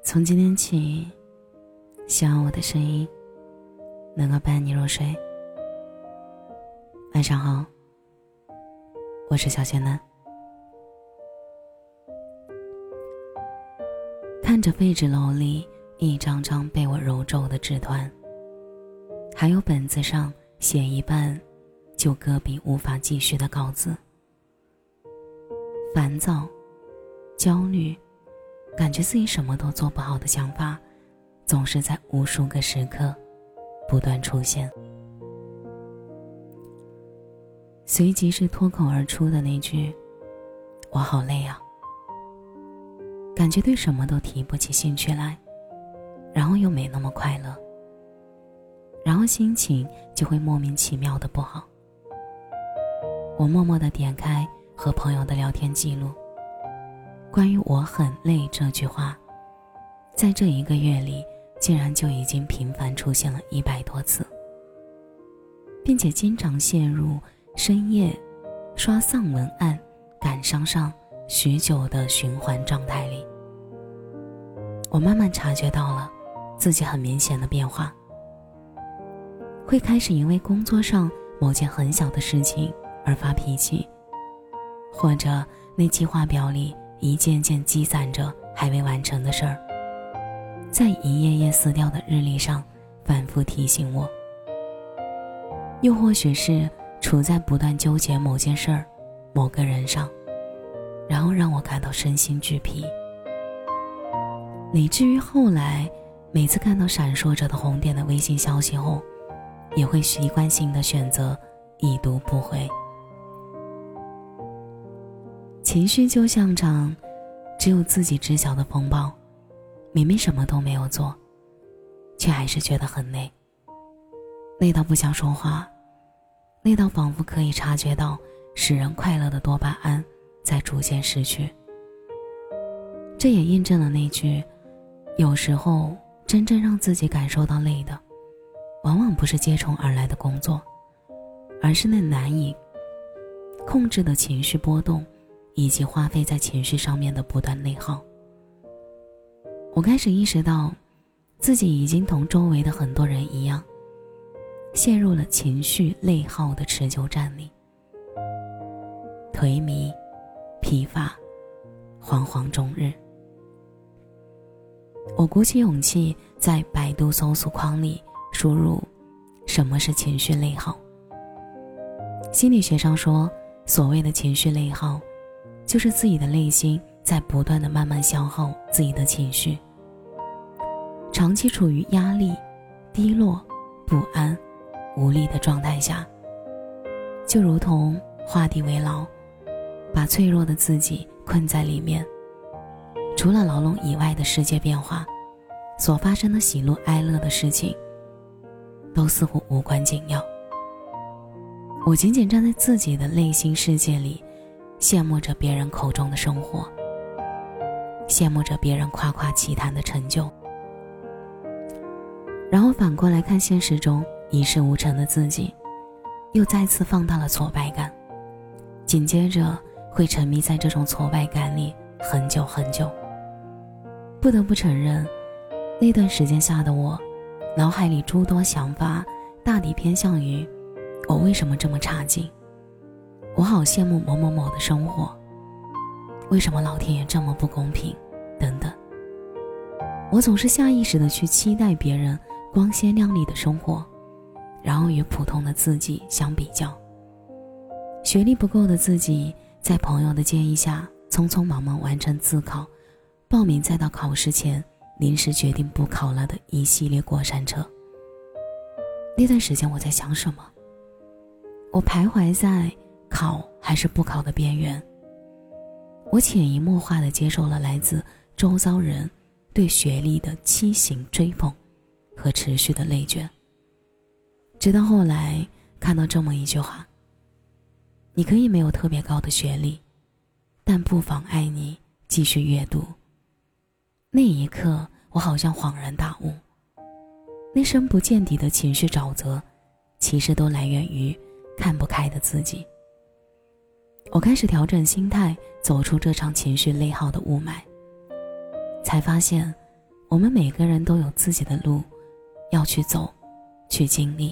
从今天起，希望我的声音能够伴你入睡。晚上好，我是小仙男。看着废纸篓里一张张被我揉皱的纸团，还有本子上写一半就搁笔无法继续的稿子，烦躁、焦虑，感觉自己什么都做不好的想法，总是在无数个时刻不断出现。随即是脱口而出的那句“我好累啊”，感觉对什么都提不起兴趣来，然后又没那么快乐，然后心情就会莫名其妙的不好。我默默地点开和朋友的聊天记录，关于我很累这句话，在这一个月里竟然就已经频繁出现了100多次，并且经常陷入深夜刷丧文案感伤上许久的循环状态里。我慢慢察觉到了自己很明显的变化，会开始因为工作上某件很小的事情而发脾气，或者那计划表里一件件积攒着还未完成的事儿，在一页页撕掉的日历上反复提醒我，又或许是处在不断纠结某件事儿、某个人上，然后让我感到身心俱疲，以至于后来每次看到闪烁着的红点的微信消息后，也会习惯性的选择已读不回。情绪就像场只有自己知晓的风暴，明明什么都没有做，却还是觉得很累，累到不想说话，累到仿佛可以察觉到使人快乐的多巴胺在逐渐失去。这也印证了那句，有时候真正让自己感受到累的，往往不是接踵而来的工作，而是那难以控制的情绪波动，以及花费在情绪上面的不断内耗。我开始意识到自己已经同周围的很多人一样，陷入了情绪内耗的持久战里，颓靡、疲乏、惶惶终日。我鼓起勇气在百度搜索框里输入什么是情绪内耗。心理学上说，所谓的情绪内耗，就是自己的内心在不断的慢慢消耗自己的情绪，长期处于压力、低落、不安、无力的状态下，就如同画地为牢，把脆弱的自己困在里面，除了牢笼以外的世界变化，所发生的喜怒哀乐的事情都似乎无关紧要。我仅仅站在自己的内心世界里，羡慕着别人口中的生活，羡慕着别人夸夸其谈的成就，然后反过来看现实中一事无成的自己，又再次放大了挫败感，紧接着会沉迷在这种挫败感里很久很久。不得不承认，那段时间下的我，脑海里诸多想法大抵偏向于我为什么这么差劲，我好羡慕某某某的生活，为什么老天爷这么不公平等等。我总是下意识地去期待别人光鲜亮丽的生活，然后与普通的自己相比较。学历不够的自己在朋友的建议下匆匆忙忙完成自考，报名再到考试前临时决定不考了的一系列过山车。那段时间我在想什么？我徘徊在考还是不考的边缘，我潜移默化地接受了来自周遭人对学历的畸形追捧和持续的内卷，直到后来看到这么一句话，你可以没有特别高的学历，但不妨碍你继续阅读。那一刻我好像恍然大悟，那深不见底的情绪沼泽其实都来源于看不开的自己。我开始调整心态，走出这场情绪内耗的雾霾，才发现我们每个人都有自己的路要去走，去经历。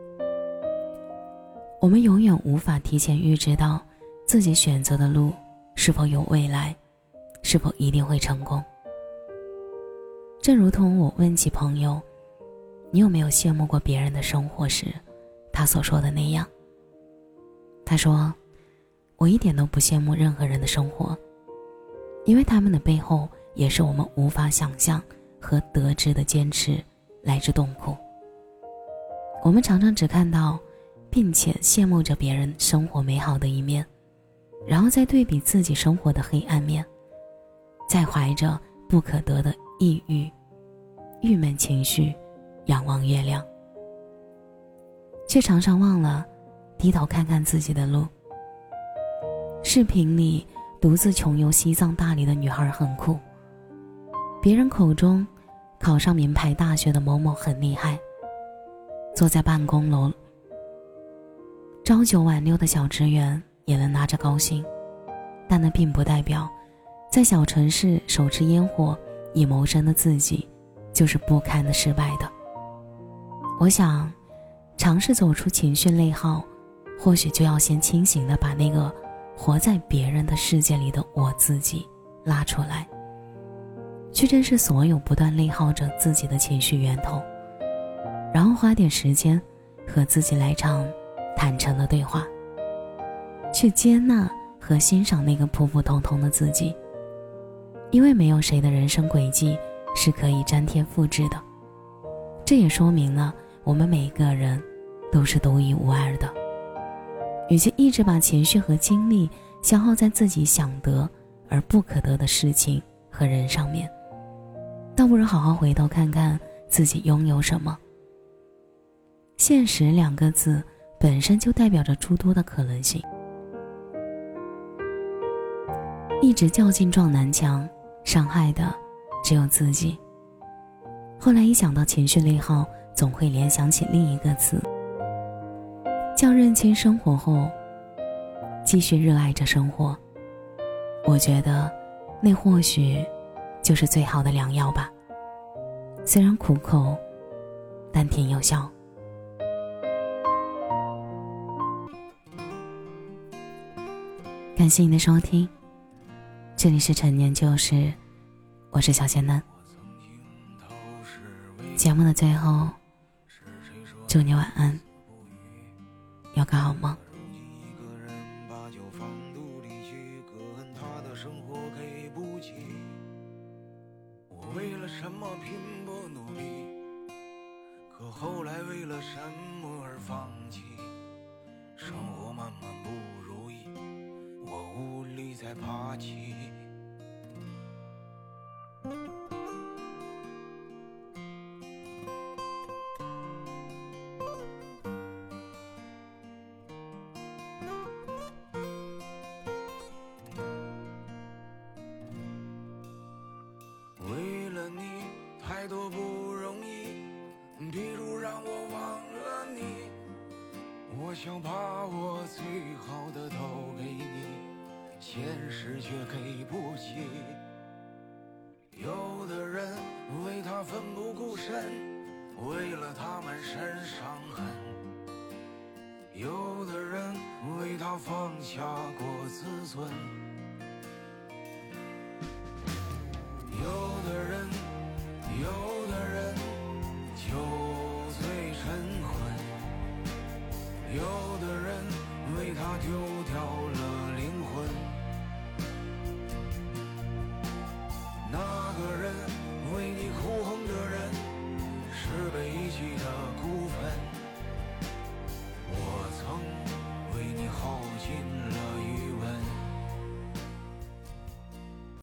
我们永远无法提前预知到自己选择的路是否有未来，是否一定会成功。正如同我问起朋友，你有没有羡慕过别人的生活时，他所说的那样。他说，我一点都不羡慕任何人的生活，因为他们的背后也是我们无法想象和得知的坚持来自痛苦。我们常常只看到并且羡慕着别人生活美好的一面，然后再对比自己生活的黑暗面，再怀着不可得的抑郁、郁闷情绪仰望月亮，却常常忘了低头看看自己的路。视频里独自穷游西藏大理的女孩很酷，别人口中考上名牌大学的某某很厉害，坐在办公楼朝九晚六的小职员也能拿着高薪，但那并不代表在小城市手持烟火以谋生的自己就是不堪的失败的。我想尝试走出情绪内耗，或许就要先清醒地把那个活在别人的世界里的我自己拉出来，去正视所有不断内耗着自己的情绪源头，然后花点时间和自己来场坦诚的对话，去接纳和欣赏那个普普通通的自己。因为没有谁的人生轨迹是可以粘贴复制的，这也说明了我们每个人都是独一无二的。与其一直把情绪和精力消耗在自己想得而不可得的事情和人上面，倒不如好好回头看看自己拥有什么。现实2个字本身就代表着诸多的可能性。一直较劲撞南墙，伤害的只有自己。后来一想到情绪内耗，总会联想起另一个词，叫认清生活后继续热爱着生活。我觉得那或许就是最好的良药吧，虽然苦口，但挺有效。感谢你的收听，这里是陈年旧事，我是小仙嫩。节目的最后，祝你晚安，有个好梦。 我为了什么拼搏努力，可后来为了什么而放弃？生活慢慢不如意，我无力再爬起。为了你太多不容易，比如让我忘了你，我想把我最好的都给你，现实却给不起。有的人为他奋不顾身，为了他满身伤痕，有的人为他放下过自尊，有的人酒醉晨昏，有的人为他丢掉了